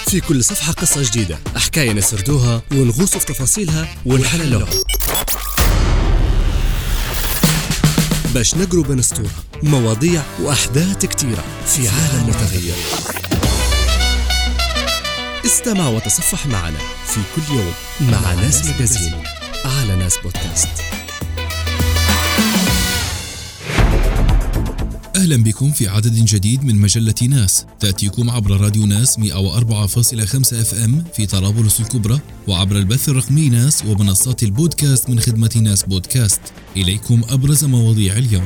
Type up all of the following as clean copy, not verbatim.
في كل صفحة قصة جديدة، حكاية نسردوها ونغوصوا في تفاصيلها ونحللوها باش نقروا بين سطور مواضيع وأحداث كتيرة في عالم متغير. استمع وتصفح معنا في كل يوم مع ناس ماجازين على ناس بودكاست. أهلا بكم في عدد جديد من مجلة ناس، تأتيكم عبر راديو ناس 104.5 FM في طرابلس الكبرى، وعبر البث الرقمي ناس ومنصات البودكاست من خدمة ناس بودكاست. إليكم أبرز مواضيع اليوم.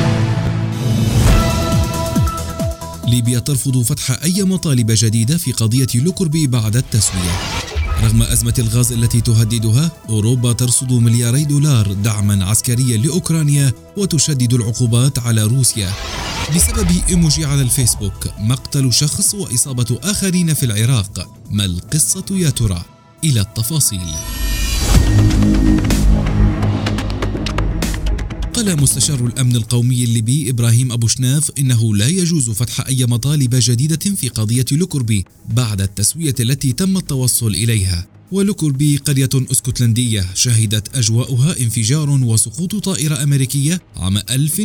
ليبيا ترفض فتح أي مطالب جديدة في قضية لوكربي بعد التسوية. رغم أزمة الغاز التي تهددها، أوروبا ترصد ملياري دولار دعما عسكريا لأوكرانيا وتشدد العقوبات على روسيا. بسبب إيموجي على الفيسبوك مقتل شخص وإصابة آخرين في العراق، ما القصة يا ترى؟ إلى التفاصيل. قال مستشار الأمن القومي الليبي إبراهيم أبو شناف إنه لا يجوز فتح أي مطالب جديدة في قضية لوكربي بعد التسوية التي تم التوصل إليها. ولوكربي قرية اسكتلندية شهدت أجواؤها انفجار وسقوط طائرة أمريكية عام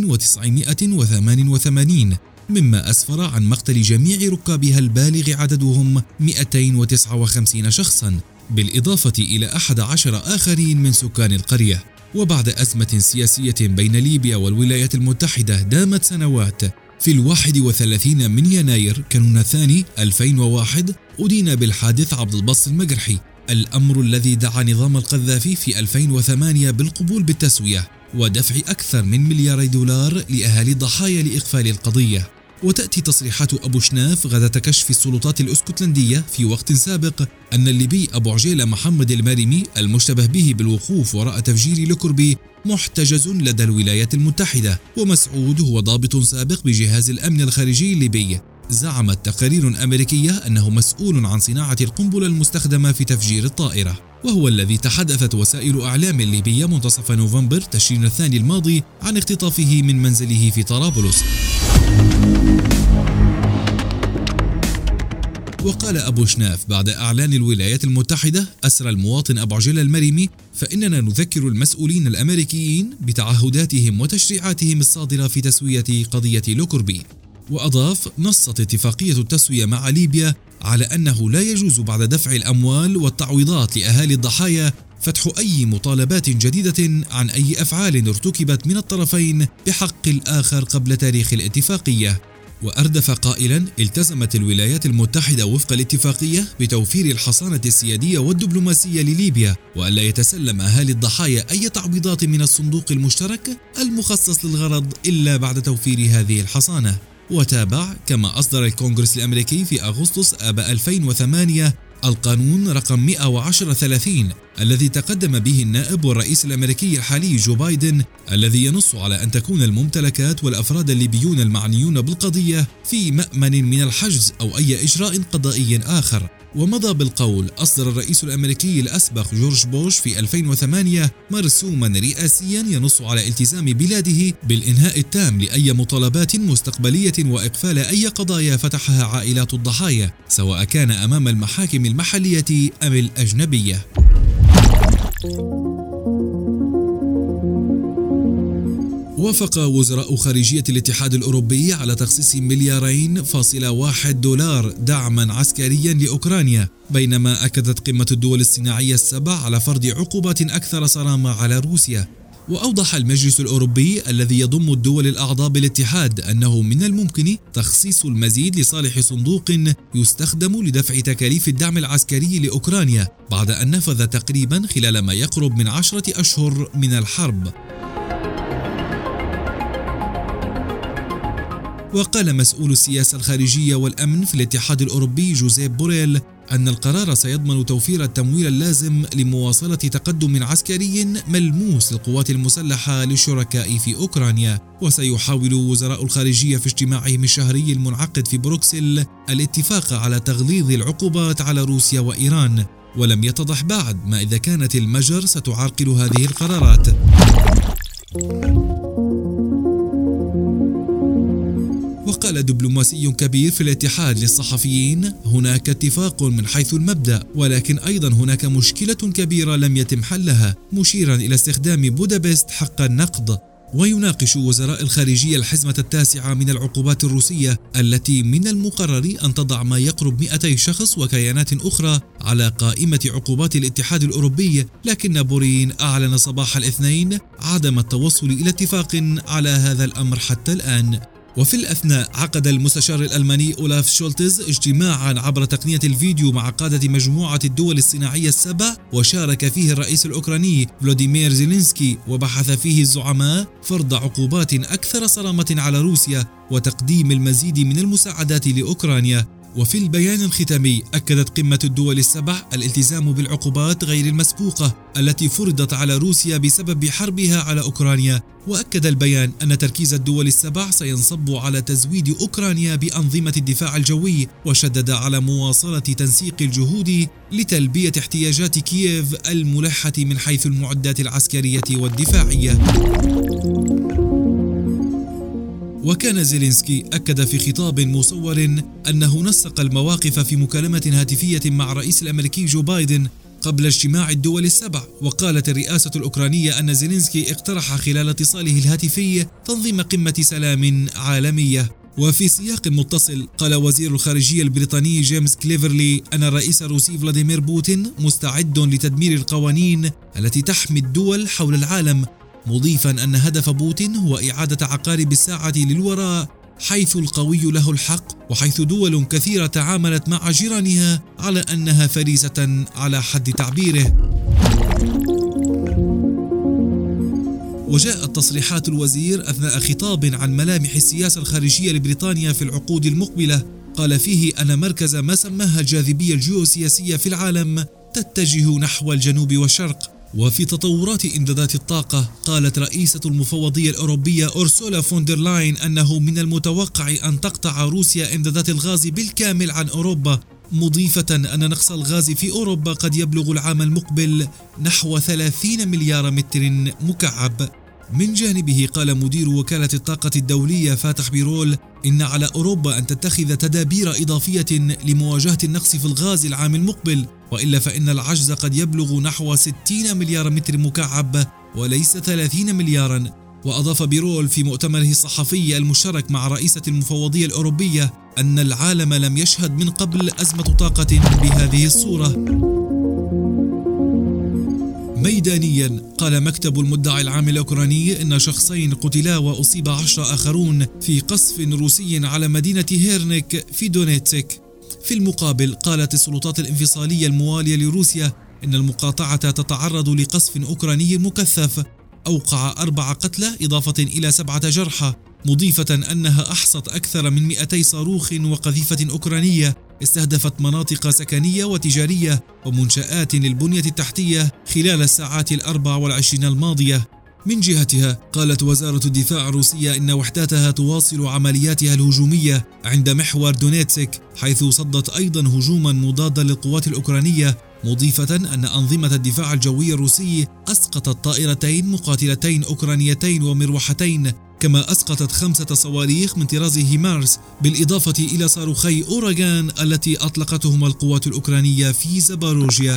1988، مما أسفر عن مقتل جميع ركابها البالغ عددهم 259 شخصا، بالإضافة إلى 11 آخرين من سكان القرية. وبعد أزمة سياسية بين ليبيا والولايات المتحدة دامت سنوات، في 31 من يناير كانون الثاني 2001 أدين بالحادث عبد الباسط المقرحي، الأمر الذي دعا نظام القذافي في 2008 بالقبول بالتسوية ودفع أكثر من ملياري دولار لأهالي الضحايا لإقفال القضية. وتأتي تصريحات أبو شناف غدا كشف السلطات الاسكتلندية في وقت سابق أن الليبي أبو عجيلة محمد المارمي المشتبه به بالوقوف وراء تفجير لوكربي محتجز لدى الولايات المتحدة، ومسعود هو ضابط سابق بجهاز الأمن الخارجي الليبي. زعمت تقارير أمريكية أنه مسؤول عن صناعة القنبلة المستخدمة في تفجير الطائرة، وهو الذي تحدثت وسائل أعلام الليبية منتصف نوفمبر تشرين الثاني الماضي عن اختطافه من منزله في طرابلس. وقال أبو شناف بعد إعلان الولايات المتحدة أسر المواطن أبو عجيلة المريمي: فإننا نذكر المسؤولين الأمريكيين بتعهداتهم وتشريعاتهم الصادرة في تسوية قضية لوكربي. وأضاف: نصت اتفاقية التسوية مع ليبيا على أنه لا يجوز بعد دفع الأموال والتعويضات لأهالي الضحايا فتح أي مطالبات جديدة عن أي أفعال ارتكبت من الطرفين بحق الآخر قبل تاريخ الاتفاقية. وأردف قائلا: التزمت الولايات المتحدة وفق الاتفاقية بتوفير الحصانة السيادية والدبلوماسية لليبيا، وألا يتسلم أهالي الضحايا أي تعويضات من الصندوق المشترك المخصص للغرض إلا بعد توفير هذه الحصانة. وتابع: كما أصدر الكونغرس الأمريكي في أغسطس آب 2008 القانون رقم 110/30 الذي تقدم به النائب والرئيس الأمريكي الحالي جو بايدن، الذي ينص على أن تكون الممتلكات والأفراد الليبيون المعنيون بالقضية في مأمن من الحجز أو أي إجراء قضائي آخر. ومضى بالقول: أصدر الرئيس الأمريكي الأسبق جورج بوش في 2008 مرسوما رئاسيا ينص على التزام بلاده بالإنهاء التام لأي مطالبات مستقبلية وإقفال أي قضايا فتحها عائلات الضحايا، سواء كان أمام المحاكم المحلية أم الأجنبية. وافق وزراء خارجية الاتحاد الأوروبي على تخصيص $2.1 دعما عسكريا لأوكرانيا، بينما أكدت قمة الدول الصناعية السبع على فرض عقوبات أكثر صرامة على روسيا. وأوضح المجلس الأوروبي الذي يضم الدول الأعضاء بالاتحاد أنه من الممكن تخصيص المزيد لصالح صندوق يستخدم لدفع تكاليف الدعم العسكري لأوكرانيا بعد أن نفذ تقريبا خلال ما يقرب من 10 أشهر من الحرب. وقال مسؤول السياسة الخارجية والأمن في الاتحاد الأوروبي جوزيب بوريل أن القرار سيضمن توفير التمويل اللازم لمواصلة تقدم عسكري ملموس للقوات المسلحة للشركاء في أوكرانيا. وسيحاول وزراء الخارجية في اجتماعهم الشهري المنعقد في بروكسل الاتفاق على تغليظ العقوبات على روسيا وإيران، ولم يتضح بعد ما إذا كانت المجر ستعرقل هذه القرارات. وقال دبلوماسي كبير في الاتحاد للصحفيين: هناك اتفاق من حيث المبدأ، ولكن أيضا هناك مشكلة كبيرة لم يتم حلها، مشيرا إلى استخدام بودابست حق النقد. ويناقش وزراء الخارجية الحزمة التاسعة من العقوبات الروسية التي من المقرر أن تضع ما يقرب 200 شخص وكيانات أخرى على قائمة عقوبات الاتحاد الأوروبي، لكن بورين أعلن صباح الاثنين عدم التوصل إلى اتفاق على هذا الأمر حتى الآن. وفي الأثناء عقد المستشار الألماني أولاف شولتز اجتماعا عبر تقنية الفيديو مع قادة مجموعة الدول الصناعية السبع، وشارك فيه الرئيس الأوكراني فلوديمير زيلينسكي، وبحث فيه الزعماء فرض عقوبات أكثر صرامة على روسيا وتقديم المزيد من المساعدات لأوكرانيا. وفي البيان الختامي أكدت قمة الدول السبع الالتزام بالعقوبات غير المسبوقة التي فرضت على روسيا بسبب حربها على أوكرانيا. وأكد البيان أن تركيز الدول السبع سينصب على تزويد أوكرانيا بأنظمة الدفاع الجوي، وشدد على مواصلة تنسيق الجهود لتلبية احتياجات كييف الملحة من حيث المعدات العسكرية والدفاعية. وكان زيلينسكي أكد في خطاب مصور أنه نسق المواقف في مكالمة هاتفية مع الرئيس الأمريكي جو بايدن قبل اجتماع الدول السبع. وقالت الرئاسة الأوكرانية أن زيلينسكي اقترح خلال اتصاله الهاتفي تنظيم قمة سلام عالمية. وفي سياق متصل قال وزير الخارجية البريطاني جيمس كليفرلي أن الرئيس الروسي فلاديمير بوتين مستعد لتدمير القوانين التي تحمي الدول حول العالم، مضيفا أن هدف بوتين هو إعادة عقارب الساعة للوراء، حيث القوي له الحق، وحيث دول كثيرة تعاملت مع جيرانها على أنها فريسة على حد تعبيره. وجاءت تصريحات الوزير أثناء خطاب عن ملامح السياسة الخارجية لبريطانيا في العقود المقبلة، قال فيه أن مركز ما سماها الجاذبية الجيوسياسية في العالم تتجه نحو الجنوب والشرق. وفي تطورات إمدادات الطاقة قالت رئيسة المفوضية الأوروبية أورسولا فوندر لاين أنه من المتوقع أن تقطع روسيا إمدادات الغاز بالكامل عن أوروبا، مضيفة أن نقص الغاز في أوروبا قد يبلغ العام المقبل نحو 30 مليار متر مكعب. من جانبه قال مدير وكالة الطاقة الدولية فاتح بيرول إن على أوروبا أن تتخذ تدابير إضافية لمواجهة النقص في الغاز العام المقبل، وإلا فإن العجز قد يبلغ نحو 60 مليار متر مكعب وليس 30 مليارا. وأضاف بيرول في مؤتمره الصحفي المشترك مع رئيسة المفوضية الأوروبية أن العالم لم يشهد من قبل أزمة طاقة بهذه الصورة. ميدانيا قال مكتب المدعي العام الأوكراني إن شخصين قتلا وأصيب 10 آخرون في قصف روسي على مدينة هيرنك في دونيتسك. في المقابل قالت السلطات الانفصالية الموالية لروسيا إن المقاطعة تتعرض لقصف أوكراني مكثف أوقع 4 قتلى إضافة إلى 7 جرحى، مضيفة أنها أحصت أكثر من 200 صاروخ وقذيفة أوكرانية استهدفت مناطق سكنية وتجارية ومنشآت للبنية التحتية خلال الساعات 24 الماضية. من جهتها قالت وزارة الدفاع الروسية إن وحداتها تواصل عملياتها الهجومية عند محور دونيتسك، حيث صدت أيضا هجوما مضادا للقوات الأوكرانية، مضيفة أن أنظمة الدفاع الجوي الروسي أسقطت طائرتين مقاتلتين أوكرانيتين ومروحتين، كما أسقطت 5 صواريخ من طراز هيمارس، بالإضافة إلى صاروخي أوراغان التي أطلقتهما القوات الأوكرانية في زاباروجيا.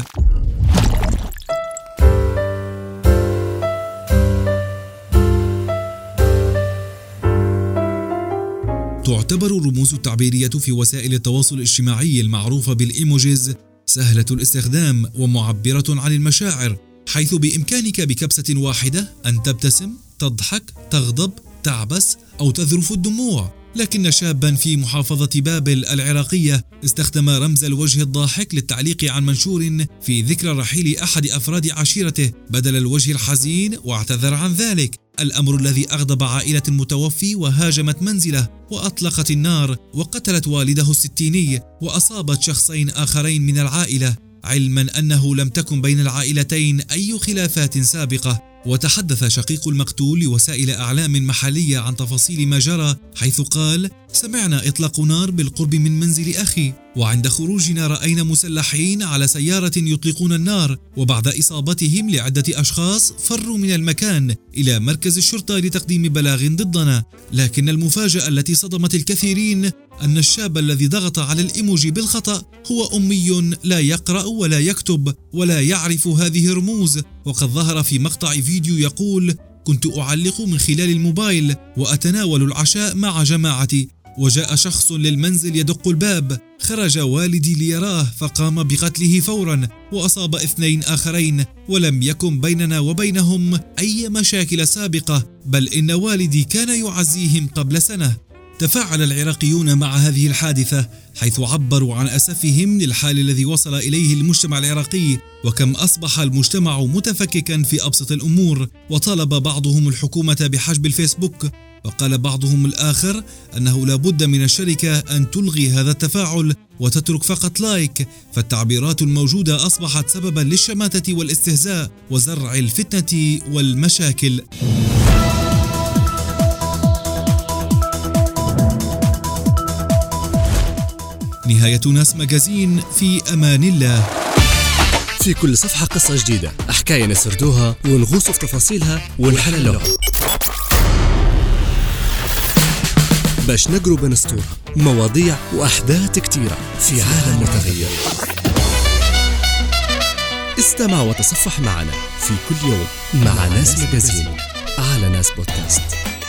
تعتبر الرموز التعبيرية في وسائل التواصل الاجتماعي المعروفة بالإيموجيز سهلة الاستخدام ومعبرة عن المشاعر، حيث بإمكانك بكبسة واحدة أن تبتسم، تضحك، تغضب، تعبس أو تذرف الدموع. لكن شابا في محافظة بابل العراقية استخدم رمز الوجه الضاحك للتعليق عن منشور في ذكرى رحيل أحد أفراد عشيرته بدل الوجه الحزين، واعتذر عن ذلك، الأمر الذي أغضب عائلة المتوفي وهاجمت منزله وأطلقت النار وقتلت والده الستيني وأصابت شخصين آخرين من العائلة، علما أنه لم تكن بين العائلتين أي خلافات سابقة. وتحدث شقيق المقتول لوسائل أعلام محلية عن تفاصيل ما جرى، حيث قال: سمعنا إطلاق نار بالقرب من منزل أخي، وعند خروجنا رأينا مسلحين على سيارة يطلقون النار، وبعد إصابتهم لعدة أشخاص فروا من المكان إلى مركز الشرطة لتقديم بلاغ ضدنا. لكن المفاجأة التي صدمت الكثيرين أن الشاب الذي ضغط على الإيموجي بالخطأ هو أمي لا يقرأ ولا يكتب ولا يعرف هذه الرموز، وقد ظهر في مقطع فيديو يقول: كنت أعلق من خلال الموبايل وأتناول العشاء مع جماعتي، وجاء شخص للمنزل يدق الباب، خرج والدي ليراه فقام بقتله فورا، وأصاب 2 آخرين، ولم يكن بيننا وبينهم أي مشاكل سابقة، بل إن والدي كان يعزيهم قبل سنة. تفاعل العراقيون مع هذه الحادثة، حيث عبروا عن أسفهم للحال الذي وصل إليه المجتمع العراقي، وكم أصبح المجتمع متفككا في أبسط الأمور، وطالب بعضهم الحكومة بحجب الفيسبوك، وقال بعضهم الآخر أنه لا بد من الشركة أن تلغي هذا التفاعل وتترك فقط لايك، فالتعبيرات الموجودة أصبحت سببا للشماتة والاستهزاء وزرع الفتنة والمشاكل. نهاية ناس ماجازين، في أمان الله. في كل صفحة قصة جديدة، حكاية نسردوها ونغوص في تفاصيلها ونحللوها باش نقروا بين سطور، مواضيع وأحداث كتيرة في عالم متغير. استمع وتصفح معنا في كل يوم مع ناس ماجازين على ناس بودكاست.